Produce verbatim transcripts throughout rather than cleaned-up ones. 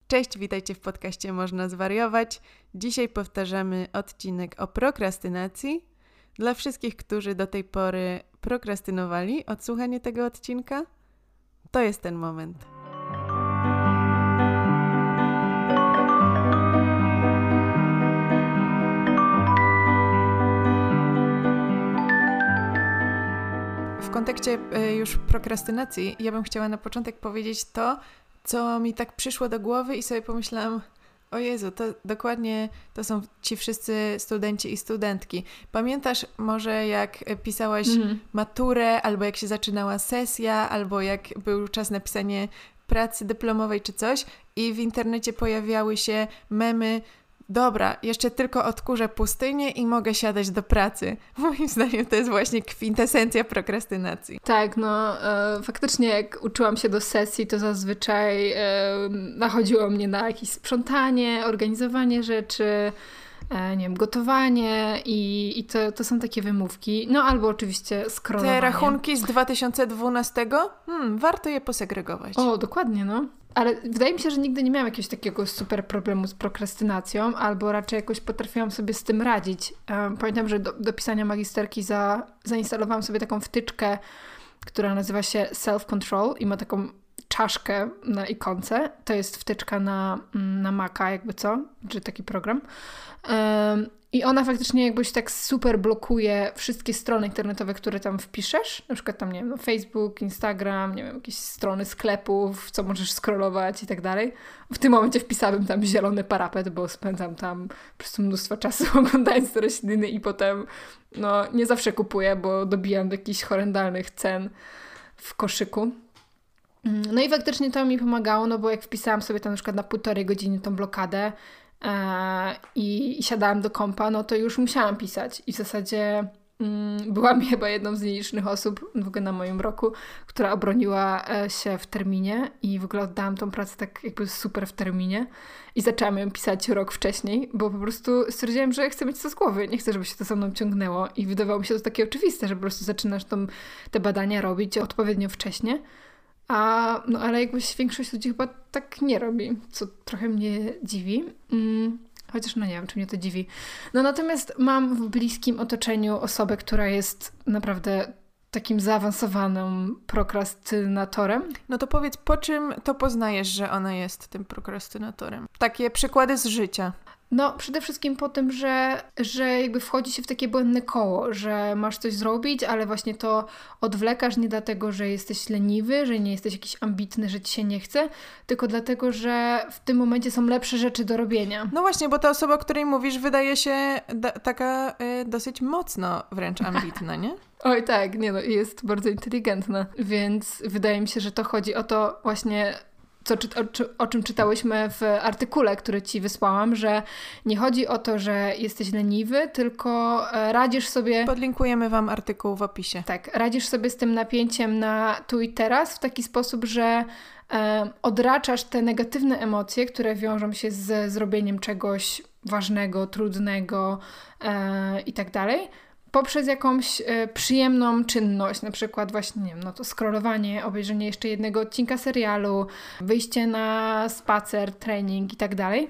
Cześć, witajcie w podcaście Można Zwariować. Dzisiaj powtarzamy odcinek o prokrastynacji. Dla wszystkich, którzy do tej pory prokrastynowali odsłuchanie tego odcinka, to jest ten moment. W kontekście już prokrastynacji ja bym chciała na początek powiedzieć to, co mi tak przyszło do głowy i sobie pomyślałam, o Jezu, to dokładnie to są ci wszyscy studenci i studentki. Pamiętasz może jak pisałaś mm. maturę, albo jak się zaczynała sesja, albo jak był czas na pisanie pracy dyplomowej czy coś i w internecie pojawiały się memy: dobra, jeszcze tylko odkurzę pustynię i mogę siadać do pracy. Moim zdaniem to jest właśnie kwintesencja prokrastynacji. Tak, no e, faktycznie jak uczyłam się do sesji, to zazwyczaj e, nachodziło mnie na jakieś sprzątanie, organizowanie rzeczy, e, nie wiem, gotowanie i, i to, to są takie wymówki. No albo oczywiście scrollowanie. Te rachunki z dwa tysiące dwunastego? Hmm, warto je posegregować. O, dokładnie, no. Ale wydaje mi się, że nigdy nie miałam jakiegoś takiego super problemu z prokrastynacją, albo raczej jakoś potrafiłam sobie z tym radzić. Pamiętam, że do, do pisania magisterki za, zainstalowałam sobie taką wtyczkę, która nazywa się Self-Control i ma taką czaszkę na ikonce. To jest wtyczka na, na Maca, jakby co, czy taki program. Um, I ona faktycznie jakbyś tak super blokuje wszystkie strony internetowe, które tam wpiszesz. Na przykład tam, nie wiem, no Facebook, Instagram, nie wiem, jakieś strony sklepów, co możesz scrollować i tak dalej. W tym momencie wpisałabym tam zielony parapet, bo spędzam tam po prostu mnóstwo czasu oglądając te rośliny i potem no nie zawsze kupuję, bo dobijam do jakichś horrendalnych cen w koszyku. No i faktycznie to mi pomagało, no bo jak wpisałam sobie tam na przykład na półtorej godziny tą blokadę, I, i siadałam do kompa, no to już musiałam pisać i w zasadzie mm, byłam chyba jedną z nielicznych osób w ogóle na moim roku, która obroniła się w terminie i w ogóle oddałam tą pracę tak jakby super w terminie i zaczęłam ją pisać rok wcześniej, bo po prostu stwierdziłam, że chcę mieć to z głowy, nie chcę, żeby się to ze mną ciągnęło i wydawało mi się to takie oczywiste, że po prostu zaczynasz tą, te badania robić odpowiednio wcześnie. A, no ale jakbyś większość ludzi chyba tak nie robi, co trochę mnie dziwi. Mm, chociaż no nie wiem, czy mnie to dziwi. No natomiast mam w bliskim otoczeniu osobę, która jest naprawdę takim zaawansowanym prokrastynatorem. No to powiedz, po czym to poznajesz, że ona jest tym prokrastynatorem? Takie przykłady z życia. No, przede wszystkim po tym, że, że jakby wchodzi się w takie błędne koło, że masz coś zrobić, ale właśnie to odwlekasz nie dlatego, że jesteś leniwy, że nie jesteś jakiś ambitny, że ci się nie chce, tylko dlatego, że w tym momencie są lepsze rzeczy do robienia. No właśnie, bo ta osoba, o której mówisz, wydaje się da- taka y, dosyć mocno wręcz ambitna, nie? Oj tak, nie no, jest bardzo inteligentna, więc wydaje mi się, że to chodzi o to właśnie... Co, o, o czym czytałyśmy w artykule, który ci wysłałam, że nie chodzi o to, że jesteś leniwy, tylko radzisz sobie... Podlinkujemy wam artykuł w opisie. Tak, radzisz sobie z tym napięciem na tu i teraz w taki sposób, że e, odraczasz te negatywne emocje, które wiążą się z zrobieniem czegoś ważnego, trudnego e, i tak dalej, poprzez jakąś e, przyjemną czynność, na przykład właśnie, nie wiem, no to scrollowanie, obejrzenie jeszcze jednego odcinka serialu, wyjście na spacer, trening i tak dalej.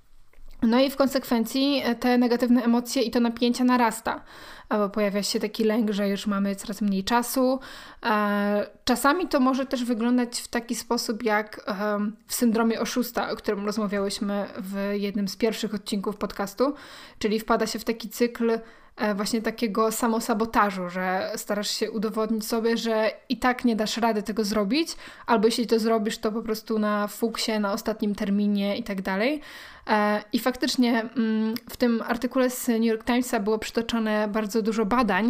No i w konsekwencji te negatywne emocje i to napięcie narasta, bo pojawia się taki lęk, że już mamy coraz mniej czasu. E, czasami to może też wyglądać w taki sposób jak e, w syndromie oszusta, o którym rozmawiałyśmy w jednym z pierwszych odcinków podcastu, czyli wpada się w taki cykl właśnie takiego samosabotażu, że starasz się udowodnić sobie, że i tak nie dasz rady tego zrobić, albo jeśli to zrobisz, to po prostu na fuksie, na ostatnim terminie i tak dalej. I faktycznie w tym artykule z New York Timesa było przytoczone bardzo dużo badań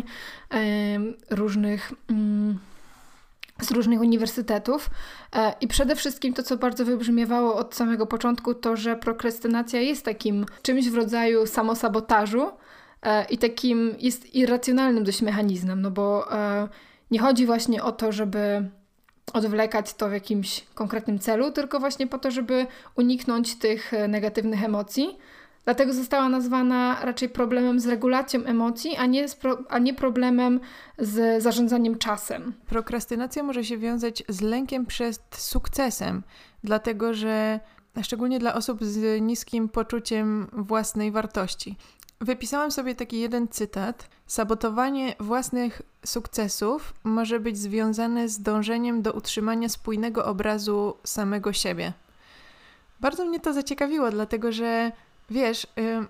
różnych z różnych uniwersytetów i przede wszystkim to, co bardzo wybrzmiewało od samego początku, to, że prokrastynacja jest takim czymś w rodzaju samosabotażu, i takim jest irracjonalnym dość mechanizmem, no bo e, nie chodzi właśnie o to, żeby odwlekać to w jakimś konkretnym celu, tylko właśnie po to, żeby uniknąć tych negatywnych emocji. Dlatego została nazwana raczej problemem z regulacją emocji, a nie, z pro, a nie problemem z zarządzaniem czasem. Prokrastynacja może się wiązać z lękiem przed sukcesem, dlatego że szczególnie dla osób z niskim poczuciem własnej wartości. Wypisałam sobie taki jeden cytat. Sabotowanie własnych sukcesów może być związane z dążeniem do utrzymania spójnego obrazu samego siebie. Bardzo mnie to zaciekawiło, dlatego że wiesz,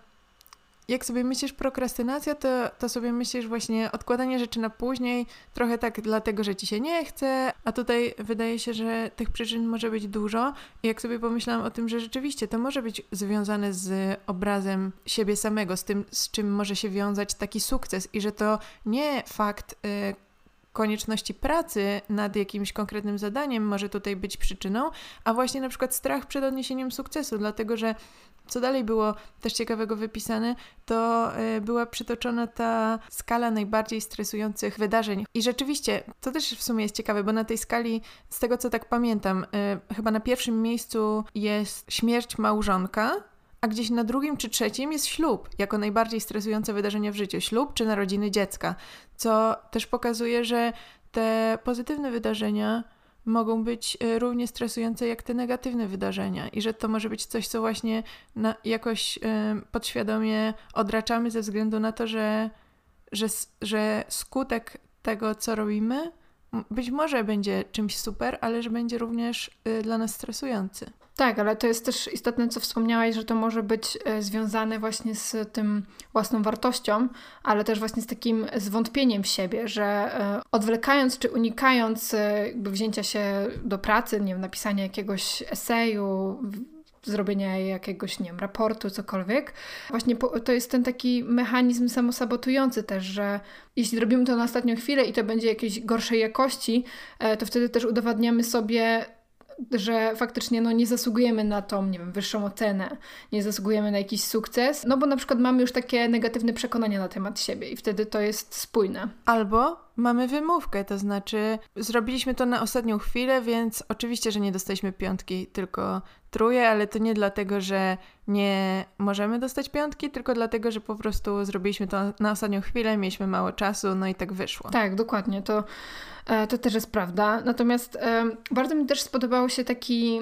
jak sobie myślisz prokrastynacja, to, to sobie myślisz właśnie odkładanie rzeczy na później, trochę tak dlatego, że ci się nie chce, a tutaj wydaje się, że tych przyczyn może być dużo. I jak sobie pomyślałam o tym, że rzeczywiście to może być związane z obrazem siebie samego, z tym, z czym może się wiązać taki sukces i że to nie fakt y, konieczności pracy nad jakimś konkretnym zadaniem może tutaj być przyczyną, a właśnie na przykład strach przed odniesieniem sukcesu, dlatego że co dalej było też ciekawego wypisane, to y, była przytoczona ta skala najbardziej stresujących wydarzeń. I rzeczywiście, to też w sumie jest ciekawe, bo na tej skali, z tego co tak pamiętam, y, chyba na pierwszym miejscu jest śmierć małżonka, a gdzieś na drugim czy trzecim jest ślub, jako najbardziej stresujące wydarzenie w życiu. Ślub czy narodziny dziecka, co też pokazuje, że te pozytywne wydarzenia mogą być równie stresujące jak te negatywne wydarzenia i że to może być coś, co właśnie na, jakoś y, podświadomie odraczamy ze względu na to, że, że, że skutek tego, co robimy, być może będzie czymś super, ale że będzie również y, dla nas stresujący. Tak, ale to jest też istotne, co wspomniałaś, że to może być e, związane właśnie z tym własną wartością, ale też właśnie z takim zwątpieniem w siebie, że e, odwlekając czy unikając e, jakby wzięcia się do pracy, nie wiem, napisania jakiegoś eseju, zrobienia jakiegoś, nie wiem, raportu, cokolwiek. Właśnie po, to jest ten taki mechanizm samosabotujący też, że jeśli robimy to na ostatnią chwilę i to będzie jakiejś gorszej jakości, e, to wtedy też udowadniamy sobie, że faktycznie no, nie zasługujemy na tą, nie wiem, wyższą ocenę, nie zasługujemy na jakiś sukces, no bo na przykład mamy już takie negatywne przekonania na temat siebie i wtedy to jest spójne. Albo mamy wymówkę, to znaczy zrobiliśmy to na ostatnią chwilę, więc oczywiście, że nie dostaliśmy piątki, tylko trójkę, ale to nie dlatego, że nie możemy dostać piątki, tylko dlatego, że po prostu zrobiliśmy to na ostatnią chwilę, mieliśmy mało czasu, no i tak wyszło. Tak, dokładnie, to To też jest prawda. Natomiast e, bardzo mi też spodobało się takie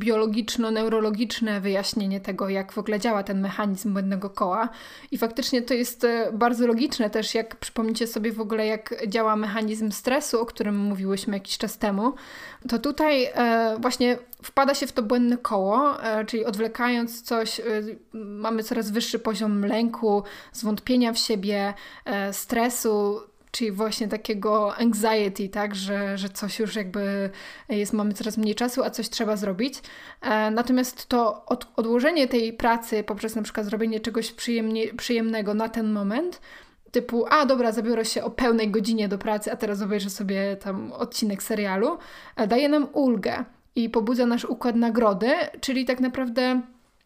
biologiczno-neurologiczne wyjaśnienie tego, jak w ogóle działa ten mechanizm błędnego koła. I faktycznie to jest e, bardzo logiczne też, jak przypomnicie sobie w ogóle, jak działa mechanizm stresu, o którym mówiłyśmy jakiś czas temu, to tutaj e, właśnie wpada się w to błędne koło, e, czyli odwlekając coś, e, mamy coraz wyższy poziom lęku, zwątpienia w siebie, e, stresu, czyli właśnie takiego anxiety, tak, że, że coś już jakby jest, mamy coraz mniej czasu, a coś trzeba zrobić. E, natomiast to od, odłożenie tej pracy poprzez na przykład zrobienie czegoś przyjemnie, przyjemnego na ten moment, typu, a dobra, zabiorę się o pełnej godzinie do pracy, a teraz obejrzę sobie tam odcinek serialu, e, daje nam ulgę i pobudza nasz układ nagrody, czyli tak naprawdę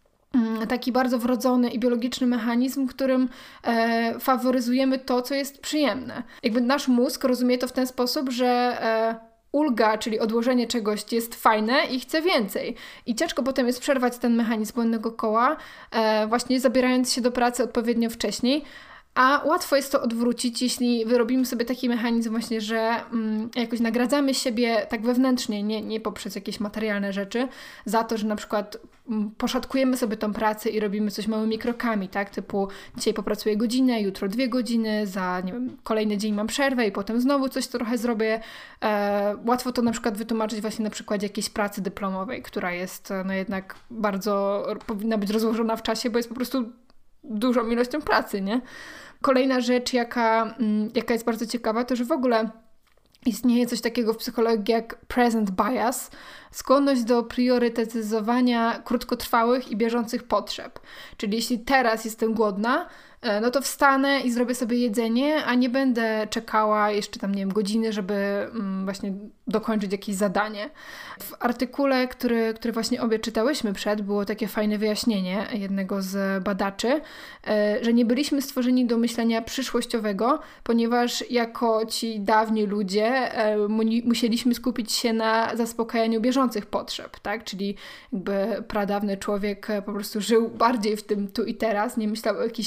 taki bardzo wrodzony i biologiczny mechanizm, którym e, faworyzujemy to, co jest przyjemne. Jakby nasz mózg rozumie to w ten sposób, że e, ulga, czyli odłożenie czegoś jest fajne i chce więcej. I ciężko potem jest przerwać ten mechanizm błędnego koła, e, właśnie zabierając się do pracy odpowiednio wcześniej. A łatwo jest to odwrócić, jeśli wyrobimy sobie taki mechanizm właśnie, że mm, jakoś nagradzamy siebie tak wewnętrznie, nie, nie poprzez jakieś materialne rzeczy, za to, że na przykład mm, poszatkujemy sobie tą pracę i robimy coś małymi krokami, tak? Typu dzisiaj popracuję godzinę, jutro dwie godziny, za nie wiem, kolejny dzień mam przerwę i potem znowu coś trochę zrobię. E, łatwo to na przykład wytłumaczyć właśnie na przykładzie jakiejś pracy dyplomowej, która jest no jednak bardzo, powinna być rozłożona w czasie, bo jest po prostu dużą ilością pracy, nie? Kolejna rzecz, jaka, jaka jest bardzo ciekawa, to że w ogóle istnieje coś takiego w psychologii jak present bias, skłonność do priorytetyzowania krótkotrwałych i bieżących potrzeb. Czyli jeśli teraz jestem głodna, no to wstanę i zrobię sobie jedzenie, a nie będę czekała jeszcze tam, nie wiem, godziny, żeby mm, właśnie dokończyć jakieś zadanie. W artykule, który, który właśnie obie czytałyśmy przed, było takie fajne wyjaśnienie jednego z badaczy, że nie byliśmy stworzeni do myślenia przyszłościowego, ponieważ jako ci dawni ludzie musieliśmy skupić się na zaspokajaniu bieżących potrzeb, tak? Czyli jakby pradawny człowiek po prostu żył bardziej w tym tu i teraz, nie myślał o jakichś konsekwencjach,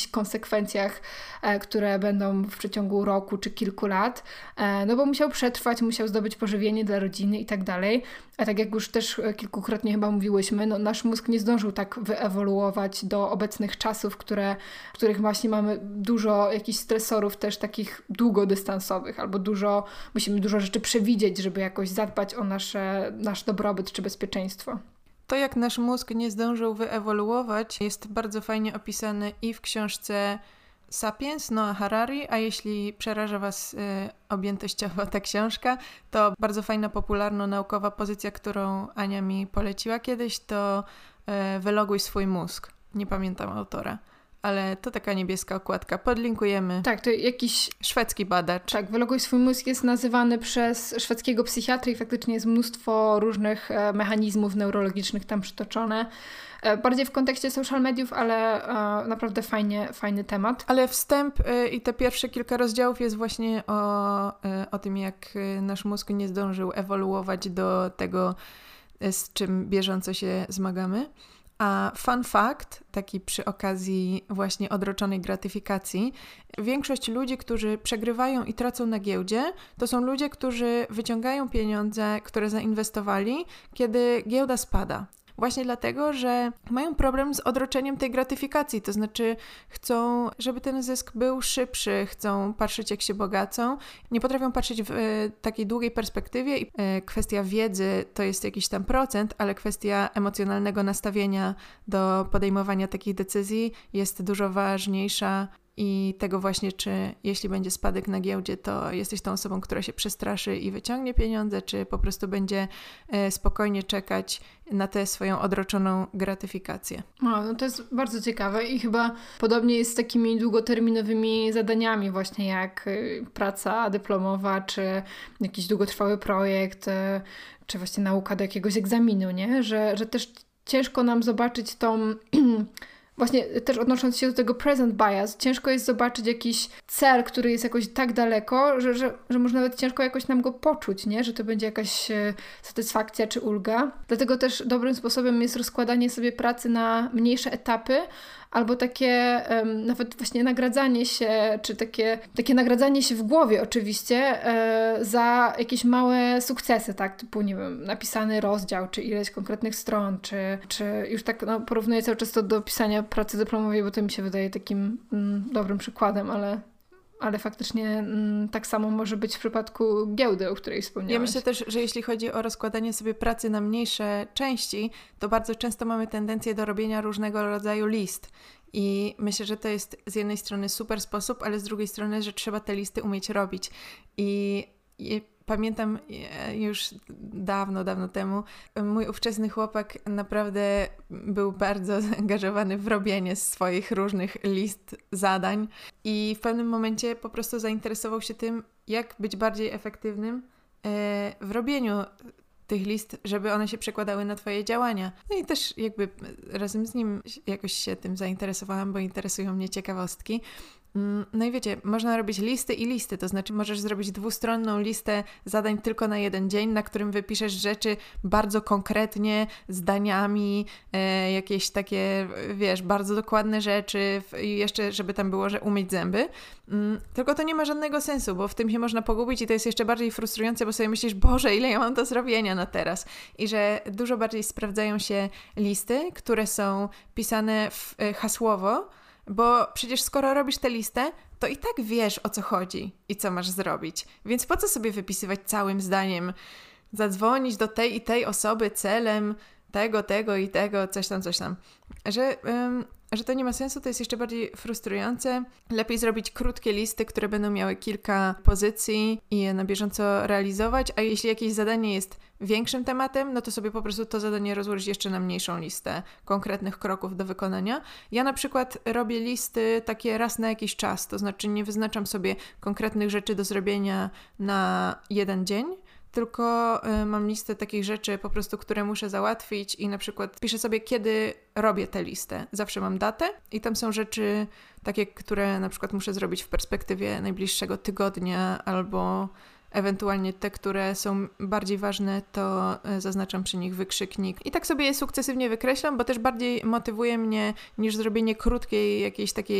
konsekwencjach, e, które będą w przeciągu roku czy kilku lat, e, no bo musiał przetrwać, musiał zdobyć pożywienie dla rodziny i tak dalej. A tak jak już też kilkukrotnie chyba mówiłyśmy, no nasz mózg nie zdążył tak wyewoluować do obecnych czasów, które, w których właśnie mamy dużo jakichś stresorów też takich długodystansowych, albo dużo, musimy dużo rzeczy przewidzieć, żeby jakoś zadbać o nasze, nasz dobrobyt czy bezpieczeństwo. To, jak nasz mózg nie zdążył wyewoluować, jest bardzo fajnie opisane i w książce Sapiens Noah Harari, a jeśli przeraża Was y, objętościowo ta książka, to bardzo fajna, popularno-naukowa pozycja, którą Ania mi poleciła kiedyś, to y, Wyloguj swój mózg. Nie pamiętam autora, ale to taka niebieska okładka. Podlinkujemy. Tak, to jakiś... Szwedzki badacz. Tak, Wyloguj swój mózg jest nazywany przez szwedzkiego psychiatry i faktycznie jest mnóstwo różnych e, mechanizmów neurologicznych tam przytoczone. E, bardziej w kontekście social mediów, ale e, naprawdę fajnie, fajny temat. Ale wstęp y, i te pierwsze kilka rozdziałów jest właśnie o, y, o tym, jak y, nasz mózg nie zdążył ewoluować do tego, y, z czym bieżąco się zmagamy. A fun fact, taki przy okazji właśnie odroczonej gratyfikacji, większość ludzi, którzy przegrywają i tracą na giełdzie, to są ludzie, którzy wyciągają pieniądze, które zainwestowali, kiedy giełda spada. Właśnie dlatego, że mają problem z odroczeniem tej gratyfikacji, to znaczy chcą, żeby ten zysk był szybszy, chcą patrzeć, jak się bogacą, nie potrafią patrzeć w y, takiej długiej perspektywie i y, kwestia wiedzy to jest jakiś tam procent, ale kwestia emocjonalnego nastawienia do podejmowania takich decyzji jest dużo ważniejsza i tego właśnie, czy jeśli będzie spadek na giełdzie, to jesteś tą osobą, która się przestraszy i wyciągnie pieniądze, czy po prostu będzie e, spokojnie czekać na tę swoją odroczoną gratyfikację. O, no to jest bardzo ciekawe i chyba podobnie jest z takimi długoterminowymi zadaniami właśnie jak y, praca dyplomowa, czy jakiś długotrwały projekt, y, czy właśnie nauka do jakiegoś egzaminu, nie? Że, że też ciężko nam zobaczyć tą... Właśnie też odnosząc się do tego present bias, ciężko jest zobaczyć jakiś cel, który jest jakoś tak daleko, że, że, że może nawet ciężko jakoś nam go poczuć, nie? Że to będzie jakaś e, satysfakcja czy ulga. Dlatego też dobrym sposobem jest rozkładanie sobie pracy na mniejsze etapy, albo takie um, nawet właśnie nagradzanie się, czy takie, takie nagradzanie się w głowie oczywiście e, za jakieś małe sukcesy, tak, typu, nie wiem, napisany rozdział, czy ileś konkretnych stron, czy, czy już tak no, porównuję cały czas to do pisania pracy dyplomowej, bo to mi się wydaje takim mm, dobrym przykładem, ale ale faktycznie mm, tak samo może być w przypadku giełdy, o której wspomniałaś. Ja myślę też, że jeśli chodzi o rozkładanie sobie pracy na mniejsze części, to bardzo często mamy tendencję do robienia różnego rodzaju list. I myślę, że to jest z jednej strony super sposób, ale z drugiej strony, że trzeba te listy umieć robić. I, i pamiętam już dawno, dawno temu, mój ówczesny chłopak naprawdę był bardzo zaangażowany w robienie swoich różnych list zadań i w pewnym momencie po prostu zainteresował się tym, jak być bardziej efektywnym w robieniu tych list, żeby one się przekładały na twoje działania. No i też jakby razem z nim jakoś się tym zainteresowałam, bo interesują mnie ciekawostki. No i wiecie, można robić listy i listy, to znaczy możesz zrobić dwustronną listę zadań tylko na jeden dzień, na którym wypiszesz rzeczy bardzo konkretnie, zdaniami, e, jakieś takie, wiesz, bardzo dokładne rzeczy i jeszcze, żeby tam było, że umyć zęby. Mm, tylko to nie ma żadnego sensu, bo w tym się można pogubić i to jest jeszcze bardziej frustrujące, bo sobie myślisz, Boże, ile ja mam do zrobienia na teraz. I że dużo bardziej sprawdzają się listy, które są pisane w, e, hasłowo, bo przecież skoro robisz tę listę, to i tak wiesz, o co chodzi i co masz zrobić. Więc po co sobie wypisywać całym zdaniem, zadzwonić do tej i tej osoby celem tego, tego i tego, coś tam, coś tam. Że, ym, że to nie ma sensu, to jest jeszcze bardziej frustrujące. Lepiej zrobić krótkie listy, które będą miały kilka pozycji i je na bieżąco realizować, a jeśli jakieś zadanie jest większym tematem, no to sobie po prostu to zadanie rozłożyć jeszcze na mniejszą listę konkretnych kroków do wykonania. Ja na przykład robię listy takie raz na jakiś czas, to znaczy nie wyznaczam sobie konkretnych rzeczy do zrobienia na jeden dzień, tylko y, mam listę takich rzeczy po prostu, które muszę załatwić i na przykład piszę sobie, kiedy robię tę listę. Zawsze mam datę i tam są rzeczy takie, które na przykład muszę zrobić w perspektywie najbliższego tygodnia albo ewentualnie te, które są bardziej ważne, to zaznaczam przy nich wykrzyknik. I tak sobie je sukcesywnie wykreślam, bo też bardziej motywuje mnie niż zrobienie krótkiej, jakiejś takiej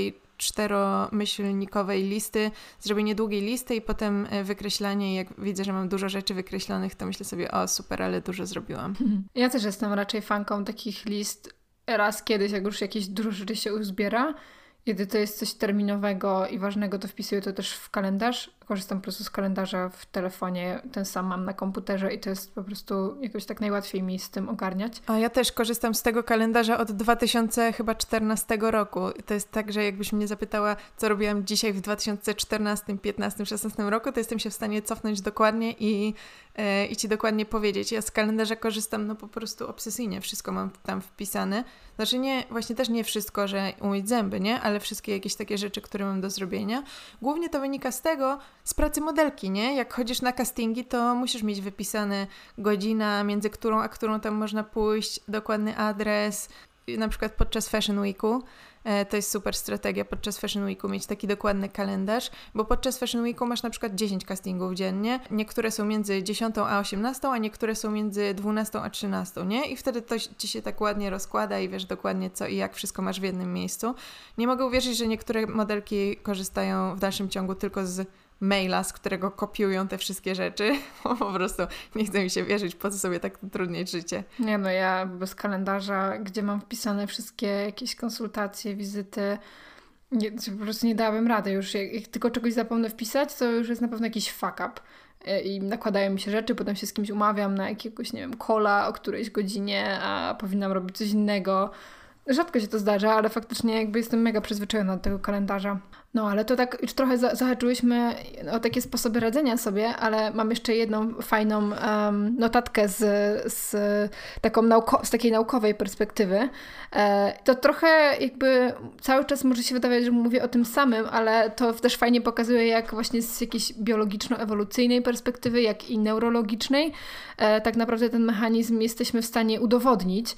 czteromyślnikowej listy, zrobienie długiej listy i potem wykreślanie. Jak widzę, że mam dużo rzeczy wykreślonych, to myślę sobie, o super, ale dużo zrobiłam. Ja też jestem raczej fanką takich list raz kiedyś, jak już jakieś dużo rzeczy się uzbiera. Kiedy to jest coś terminowego i ważnego, to wpisuję to też w kalendarz. Korzystam po prostu z kalendarza w telefonie, ten sam mam na komputerze i to jest po prostu jakoś tak najłatwiej mi z tym ogarniać. A ja też korzystam z tego kalendarza od dwa tysiące czternastego roku. To jest tak, że jakbyś mnie zapytała, co robiłam dzisiaj w dwa tysiące czternastym, piętnastym, szesnastym roku, to jestem się w stanie cofnąć dokładnie i, yy, i ci dokładnie powiedzieć. Ja z kalendarza korzystam no po prostu obsesyjnie. Wszystko mam tam wpisane. Znaczy nie, właśnie też nie wszystko, że umyć zęby, nie? Ale wszystkie jakieś takie rzeczy, które mam do zrobienia. Głównie to wynika z tego, z pracy modelki, nie? Jak chodzisz na castingi, to musisz mieć wypisane godzina, między którą a którą tam można pójść, dokładny adres, na przykład podczas Fashion Weeku. E, to jest super strategia podczas Fashion Weeku mieć taki dokładny kalendarz, bo podczas Fashion Weeku masz na przykład dziesięć castingów dziennie. Niektóre są między dziesiątą a osiemnastą, a niektóre są między dwunastą a trzynastą, nie? I wtedy to ci się tak ładnie rozkłada i wiesz dokładnie co i jak wszystko masz w jednym miejscu. Nie mogę uwierzyć, że niektóre modelki korzystają w dalszym ciągu tylko z maila, z którego kopiują te wszystkie rzeczy. Po prostu nie chce mi się wierzyć, po co sobie tak utrudniać życie. Nie no, ja bez kalendarza, gdzie mam wpisane wszystkie jakieś konsultacje, wizyty, nie, po prostu nie dałabym rady już. Jak, jak tylko czegoś zapomnę wpisać, to już jest na pewno jakiś fuck up. I nakładają mi się rzeczy, potem się z kimś umawiam na jakiegoś, nie wiem, calla o którejś godzinie, a powinnam robić coś innego. Rzadko się to zdarza, ale faktycznie jakby jestem mega przyzwyczajona do tego kalendarza. No, ale to tak już trochę za- zahaczyłyśmy o takie sposoby radzenia sobie, ale mam jeszcze jedną fajną um, notatkę z, z, taką nauko- z takiej naukowej perspektywy. E, to trochę jakby cały czas może się wydawać, że mówię o tym samym, ale to też fajnie pokazuje, jak właśnie z jakiejś biologiczno-ewolucyjnej perspektywy, jak i neurologicznej, e, tak naprawdę ten mechanizm jesteśmy w stanie udowodnić.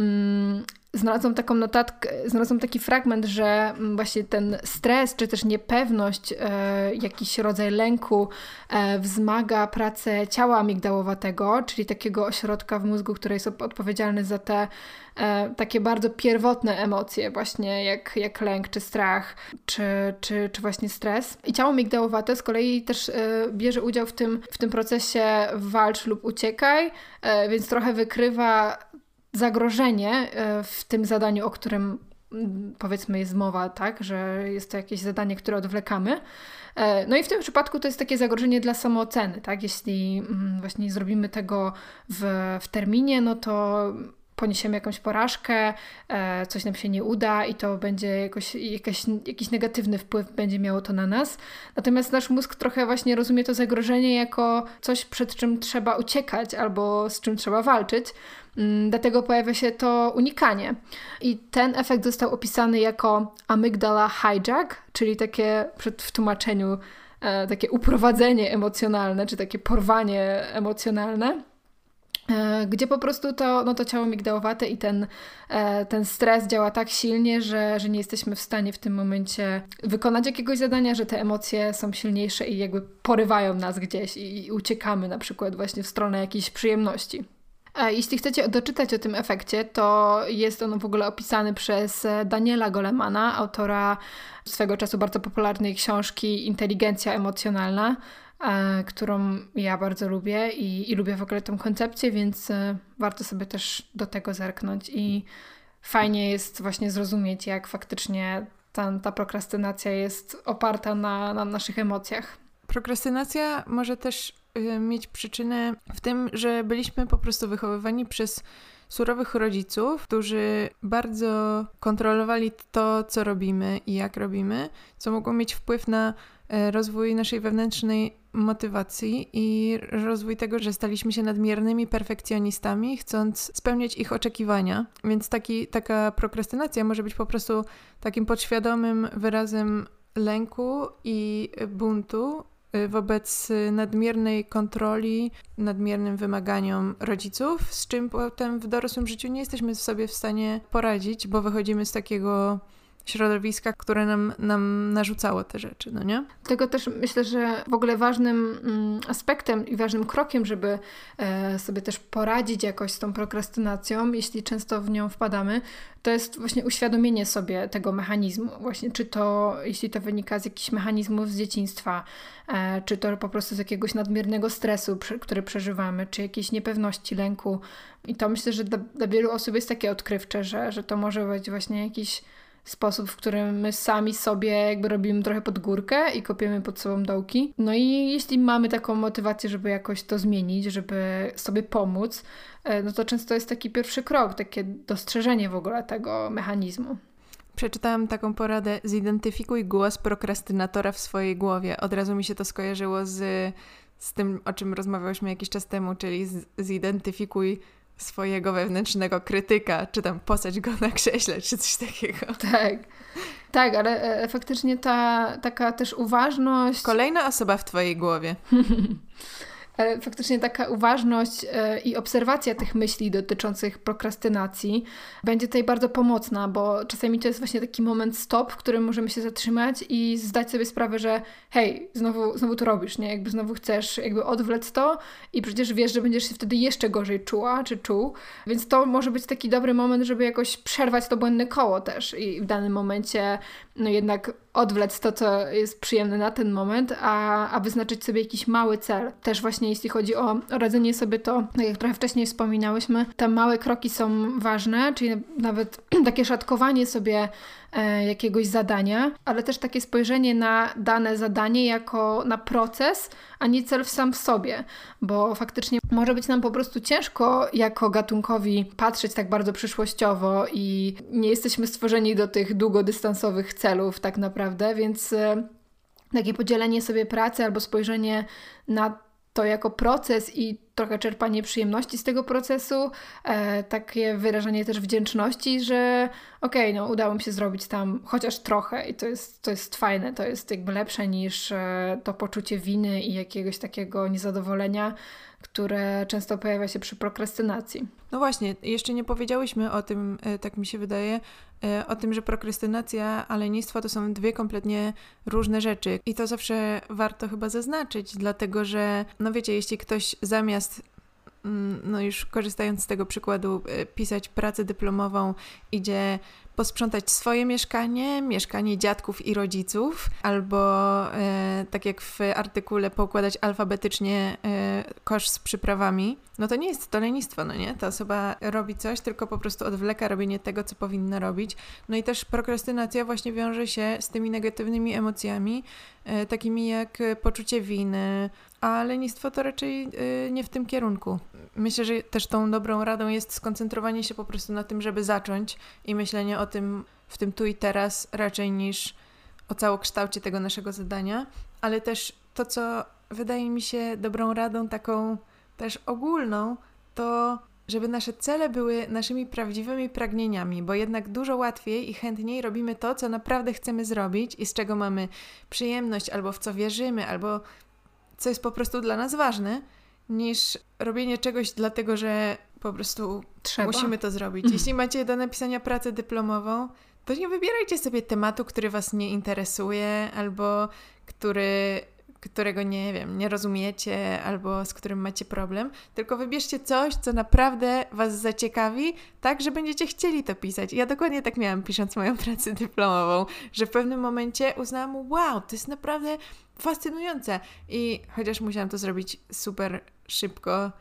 Mm, Znalazłam taką notatkę, znalazłam taki fragment, że właśnie ten stres, czy też niepewność, e, jakiś rodzaj lęku e, wzmaga pracę ciała amigdałowatego, czyli takiego ośrodka w mózgu, który jest odpowiedzialny za te e, takie bardzo pierwotne emocje, właśnie jak, jak lęk, czy strach, czy, czy, czy właśnie stres. I ciało amigdałowate z kolei też e, bierze udział w tym, w tym procesie walcz lub uciekaj, e, więc trochę wykrywa zagrożenie w tym zadaniu, o którym powiedzmy jest mowa, tak, że jest to jakieś zadanie, które odwlekamy. No i w tym przypadku to jest takie zagrożenie dla samooceny, tak, jeśli właśnie zrobimy tego w, w terminie, no to poniesiemy jakąś porażkę, coś nam się nie uda i to będzie jakoś, jakaś, jakiś negatywny wpływ będzie miało to na nas. Natomiast nasz mózg trochę właśnie rozumie to zagrożenie jako coś, przed czym trzeba uciekać albo z czym trzeba walczyć. Dlatego pojawia się to unikanie. I ten efekt został opisany jako amygdala hijack, czyli takie w tłumaczeniu e, takie uprowadzenie emocjonalne, czy takie porwanie emocjonalne, e, gdzie po prostu to, no to ciało migdałowate i ten, e, ten stres działa tak silnie, że, że nie jesteśmy w stanie w tym momencie wykonać jakiegoś zadania, że te emocje są silniejsze i jakby porywają nas gdzieś i, i uciekamy na przykład właśnie w stronę jakiejś przyjemności. A jeśli chcecie doczytać o tym efekcie, to jest on w ogóle opisany przez Daniela Golemana, autora swego czasu bardzo popularnej książki Inteligencja emocjonalna, e, którą ja bardzo lubię i, i lubię w ogóle tę koncepcję, więc e, warto sobie też do tego zerknąć i fajnie jest właśnie zrozumieć, jak faktycznie ta, ta prokrastynacja jest oparta na, na naszych emocjach. Prokrastynacja może też mieć przyczynę w tym, że byliśmy po prostu wychowywani przez surowych rodziców, którzy bardzo kontrolowali to, co robimy i jak robimy, co mogło mieć wpływ na rozwój naszej wewnętrznej motywacji i rozwój tego, że staliśmy się nadmiernymi perfekcjonistami, chcąc spełniać ich oczekiwania. Więc taki, taka prokrastynacja może być po prostu takim podświadomym wyrazem lęku i buntu wobec nadmiernej kontroli, nadmiernym wymaganiom rodziców, z czym potem w dorosłym życiu nie jesteśmy sobie w stanie poradzić, bo wychodzimy z takiego środowiska, które nam, nam narzucało te rzeczy, no nie? Dlatego też myślę, że w ogóle ważnym mm, aspektem i ważnym krokiem, żeby e, sobie też poradzić jakoś z tą prokrastynacją, jeśli często w nią wpadamy, to jest właśnie uświadomienie sobie tego mechanizmu. Właśnie czy to, jeśli to wynika z jakichś mechanizmów z dzieciństwa, e, czy to po prostu z jakiegoś nadmiernego stresu, przy, który przeżywamy, czy jakiejś niepewności, lęku. I to myślę, że dla, dla wielu osób jest takie odkrywcze, że, że to może być właśnie jakiś sposób, w którym my sami sobie jakby robimy trochę pod górkę i kopiemy pod sobą dołki. No i jeśli mamy taką motywację, żeby jakoś to zmienić, żeby sobie pomóc, no to często jest taki pierwszy krok, takie dostrzeżenie w ogóle tego mechanizmu. Przeczytałam taką poradę: zidentyfikuj głos prokrastynatora w swojej głowie. Od razu mi się to skojarzyło z, z tym, o czym rozmawiałyśmy jakiś czas temu, czyli z, zidentyfikuj swojego wewnętrznego krytyka, czy tam posadź go na krześle, czy coś takiego. Tak, tak, ale e, faktycznie ta taka też uważność... Kolejna osoba w twojej głowie. Ale faktycznie taka uważność e, i obserwacja tych myśli dotyczących prokrastynacji będzie tutaj bardzo pomocna, bo czasami to jest właśnie taki moment stop, w którym możemy się zatrzymać i zdać sobie sprawę, że hej, znowu, znowu to robisz, nie? Jakby znowu chcesz jakby odwlec to i przecież wiesz, że będziesz się wtedy jeszcze gorzej czuła czy czuł, więc to może być taki dobry moment, żeby jakoś przerwać to błędne koło też i w danym momencie no jednak odwlec to, co jest przyjemne na ten moment, a, a wyznaczyć sobie jakiś mały cel. Też właśnie jeśli chodzi o, o radzenie sobie, to tak jak trochę wcześniej wspominałyśmy, te małe kroki są ważne, czyli nawet takie szatkowanie sobie e, jakiegoś zadania, ale też takie spojrzenie na dane zadanie jako na proces, a nie cel w sam w sobie, bo faktycznie może być nam po prostu ciężko jako gatunkowi patrzeć tak bardzo przyszłościowo i nie jesteśmy stworzeni do tych długodystansowych celów tak naprawdę, więc e, takie podzielenie sobie pracy albo spojrzenie na to jako proces i trochę czerpanie przyjemności z tego procesu, e, takie wyrażanie też wdzięczności, że okej, okay, no udało mi się zrobić tam chociaż trochę i to jest, to jest fajne, to jest jakby lepsze niż e, to poczucie winy i jakiegoś takiego niezadowolenia, które często pojawia się przy prokrastynacji. No właśnie, jeszcze nie powiedziałyśmy o tym, tak mi się wydaje, o tym, że prokrastynacja, a lenistwo to są dwie kompletnie różne rzeczy. I to zawsze warto chyba zaznaczyć, dlatego że, no wiecie, jeśli ktoś zamiast, no już korzystając z tego przykładu, pisać pracę dyplomową, idzie posprzątać swoje mieszkanie, mieszkanie dziadków i rodziców, albo e, tak jak w artykule poukładać alfabetycznie e, kosz z przyprawami, no to nie jest to lenistwo, no nie? Ta osoba robi coś, tylko po prostu odwleka robienie tego, co powinna robić. No i też prokrastynacja właśnie wiąże się z tymi negatywnymi emocjami, e, takimi jak poczucie winy, a lenistwo to raczej e, nie w tym kierunku. Myślę, że też tą dobrą radą jest skoncentrowanie się po prostu na tym, żeby zacząć i myślenie o tym w tym tu i teraz raczej niż o całokształcie tego naszego zadania, ale też to, co wydaje mi się dobrą radą taką też ogólną, to żeby nasze cele były naszymi prawdziwymi pragnieniami, bo jednak dużo łatwiej i chętniej robimy to, co naprawdę chcemy zrobić i z czego mamy przyjemność, albo w co wierzymy, albo co jest po prostu dla nas ważne, niż robienie czegoś dlatego, że po prostu Trzeba. musimy to zrobić. Jeśli macie do napisania pracę dyplomową, to nie wybierajcie sobie tematu, który was nie interesuje, albo który, którego nie wiem, nie rozumiecie, albo z którym macie problem, tylko wybierzcie coś, co naprawdę was zaciekawi, tak, że będziecie chcieli to pisać. I ja dokładnie tak miałam, pisząc moją pracę dyplomową, że w pewnym momencie uznałam, wow, to jest naprawdę fascynujące. I chociaż musiałam to zrobić super szybko,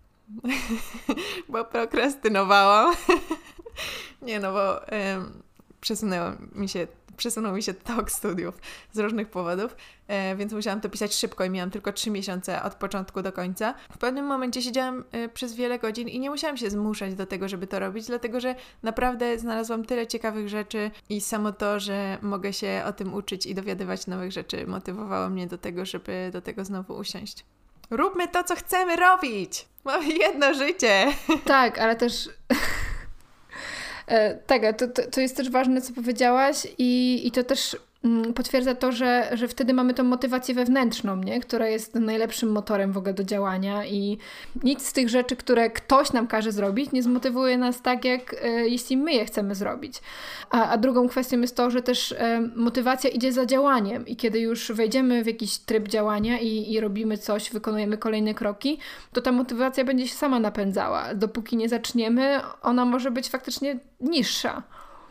bo prokrastynowałam. Nie no, bo um, przesunęło mi się, przesunął mi się tok studiów z różnych powodów, e, więc musiałam to pisać szybko i miałam tylko trzy miesiące od początku do końca. W pewnym momencie siedziałam e, przez wiele godzin i nie musiałam się zmuszać do tego, żeby to robić, dlatego że naprawdę znalazłam tyle ciekawych rzeczy i samo to, że mogę się o tym uczyć i dowiadywać nowych rzeczy, motywowało mnie do tego, żeby do tego znowu usiąść. Róbmy to, co chcemy robić! Mamy jedno życie! Tak, ale też... e, tak, to, to, to jest też ważne, co powiedziałaś i, i to też potwierdza to, że, że wtedy mamy tą motywację wewnętrzną, nie? Która jest najlepszym motorem w ogóle do działania i nic z tych rzeczy, które ktoś nam każe zrobić, nie zmotywuje nas tak, jak e, jeśli my je chcemy zrobić. A, a drugą kwestią jest to, że też e, motywacja idzie za działaniem i kiedy już wejdziemy w jakiś tryb działania i, i robimy coś, wykonujemy kolejne kroki, to ta motywacja będzie się sama napędzała. Dopóki nie zaczniemy, ona może być faktycznie niższa.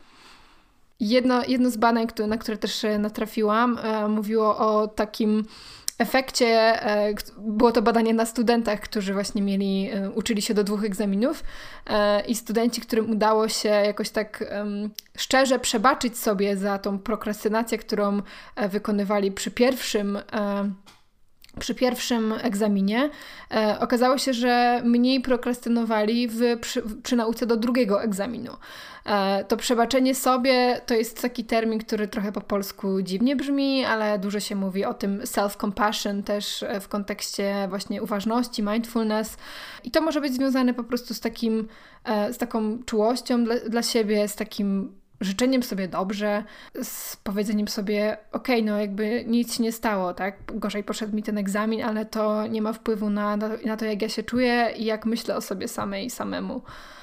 Jedno, jedno z badań, na które też natrafiłam, e, mówiło o takim efekcie, e, było to badanie na studentach, którzy właśnie mieli, e, uczyli się do dwóch egzaminów e, i studenci, którym udało się jakoś tak e, szczerze przebaczyć sobie za tą prokrastynację, którą e, wykonywali przy pierwszym e, Przy pierwszym egzaminie e, okazało się, że mniej prokrastynowali w, przy, przy nauce do drugiego egzaminu. E, to przebaczenie sobie to jest taki termin, który trochę po polsku dziwnie brzmi, ale dużo się mówi o tym self-compassion też w kontekście właśnie uważności, mindfulness. I to może być związane po prostu z takim, e, z taką czułością dla, dla siebie, z takim życzeniem sobie dobrze, z powiedzeniem sobie, okej, okay, no jakby nic się nie stało, tak? Gorzej poszedł mi ten egzamin, ale to nie ma wpływu na, na to, jak ja się czuję i jak myślę o sobie samej i samemu.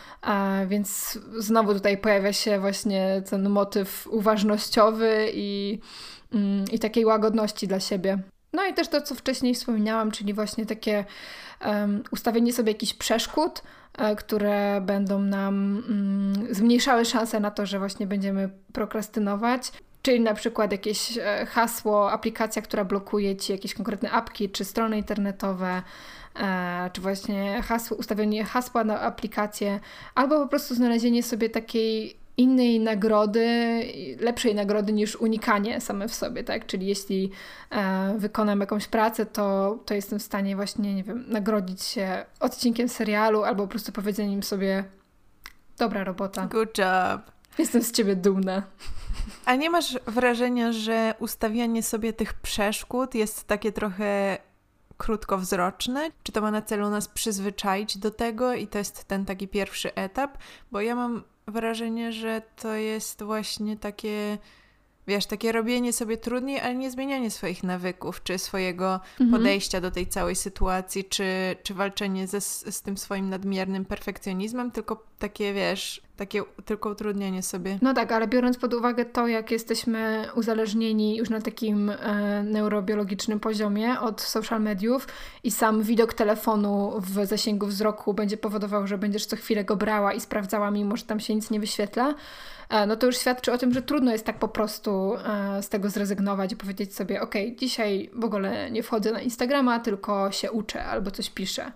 A więc znowu tutaj pojawia się właśnie ten motyw uważnościowy i, mm, i takiej łagodności dla siebie. No i też to, co wcześniej wspominałam, czyli właśnie takie um, ustawienie sobie jakichś przeszkód, e, które będą nam mm, zmniejszały szanse na to, że właśnie będziemy prokrastynować. Czyli na przykład jakieś e, hasło, aplikacja, która blokuje Ci jakieś konkretne apki, czy strony internetowe, e, czy właśnie hasło, ustawienie hasła na aplikację, albo po prostu znalezienie sobie takiej innej nagrody, lepszej nagrody niż unikanie same w sobie, tak? Czyli jeśli e, wykonam jakąś pracę, to, to jestem w stanie właśnie, nie wiem, nagrodzić się odcinkiem serialu albo po prostu powiedzeniem sobie dobra robota. Good job. Jestem z ciebie dumna. A nie masz wrażenia, że ustawianie sobie tych przeszkód jest takie trochę krótkowzroczne? Czy to ma na celu nas przyzwyczaić do tego i to jest ten taki pierwszy etap? Bo ja mam wrażenie, że to jest właśnie takie, wiesz, takie robienie sobie trudniej, ale nie zmienianie swoich nawyków, czy swojego mhm. podejścia do tej całej sytuacji, czy, czy walczenie ze, z tym swoim nadmiernym perfekcjonizmem, tylko takie, wiesz, takie tylko utrudnianie sobie. No tak, ale biorąc pod uwagę to, jak jesteśmy uzależnieni już na takim e, neurobiologicznym poziomie od social mediów i sam widok telefonu w zasięgu wzroku będzie powodował, że będziesz co chwilę go brała i sprawdzała, mimo że tam się nic nie wyświetla, e, no to już świadczy o tym, że trudno jest tak po prostu e, z tego zrezygnować i powiedzieć sobie, okej, okay, dzisiaj w ogóle nie wchodzę na Instagrama, tylko się uczę albo coś piszę.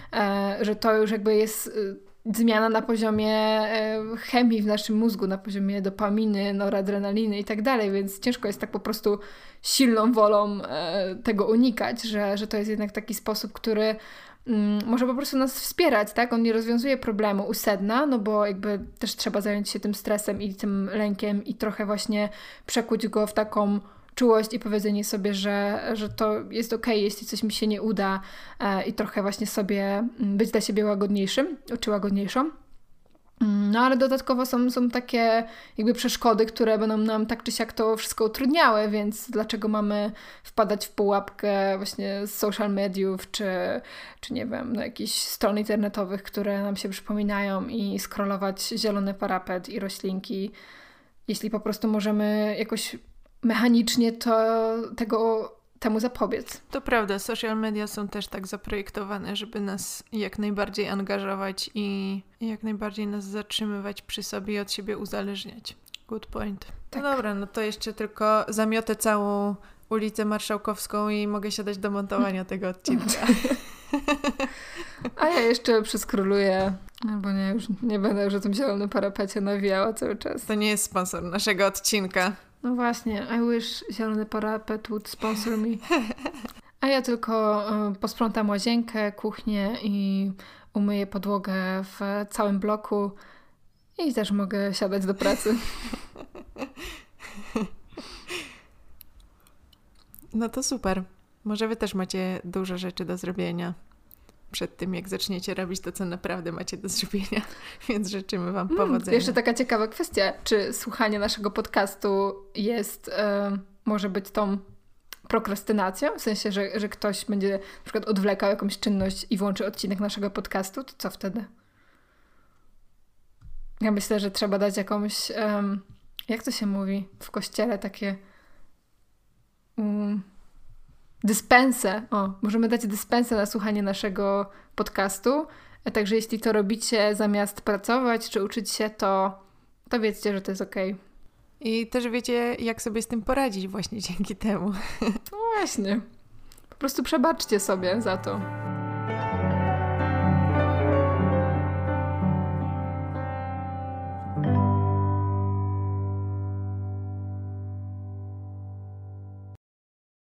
E, że to już jakby jest zmiana na poziomie e, chemii w naszym mózgu, na poziomie dopaminy, noradrenaliny i tak dalej, więc ciężko jest tak po prostu silną wolą e, tego unikać, że, że to jest jednak taki sposób, który mm, może po prostu nas wspierać, tak? On nie rozwiązuje problemu u sedna, no bo jakby też trzeba zająć się tym stresem i tym lękiem i trochę właśnie przekuć go w taką czułość i powiedzenie sobie, że, że to jest okej, okay, jeśli coś mi się nie uda e, i trochę właśnie sobie być dla siebie łagodniejszym, czy łagodniejszą. No ale dodatkowo są, są takie jakby przeszkody, które będą nam tak czy siak to wszystko utrudniały, więc dlaczego mamy wpadać w pułapkę właśnie z social mediów, czy, czy nie wiem, no jakichś stron internetowych, które nam się przypominają i scrollować zielony parapet i roślinki, jeśli po prostu możemy jakoś mechanicznie to, tego, temu zapobiec. To prawda, social media są też tak zaprojektowane, żeby nas jak najbardziej angażować i jak najbardziej nas zatrzymywać przy sobie i od siebie uzależniać. Good point. Tak. No dobra, no to jeszcze tylko zamiotę całą ulicę Marszałkowską i mogę siadać do montowania tego odcinka. A ja jeszcze przeskroluję, albo nie, już nie będę już o tym zielonym parapecie nawijała cały czas. To nie jest sponsor naszego odcinka. No właśnie, I wish zielony parapet would sponsor me. A ja tylko y, posprzątam łazienkę, kuchnię i umyję podłogę w całym bloku i też mogę siadać do pracy. No to super. Może wy też macie dużo rzeczy do zrobienia. przed tym, jak zaczniecie robić to, co naprawdę macie do zrobienia. Więc życzymy Wam Hmm, powodzenia. jeszcze taka ciekawa kwestia. Czy słuchanie naszego podcastu jest, e, może być tą prokrastynacją? W sensie, że, że ktoś będzie na przykład odwlekał jakąś czynność i włączy odcinek naszego podcastu, to co wtedy? Ja myślę, że trzeba dać jakąś, um, jak to się mówi w kościele, takie um, dyspensę. O, możemy dać dyspensę na słuchanie naszego podcastu. Także jeśli to robicie zamiast pracować czy uczyć się, to, to wiedzcie, że to jest okej. I też wiecie, jak sobie z tym poradzić właśnie dzięki temu. No właśnie. Po prostu przebaczcie sobie za to.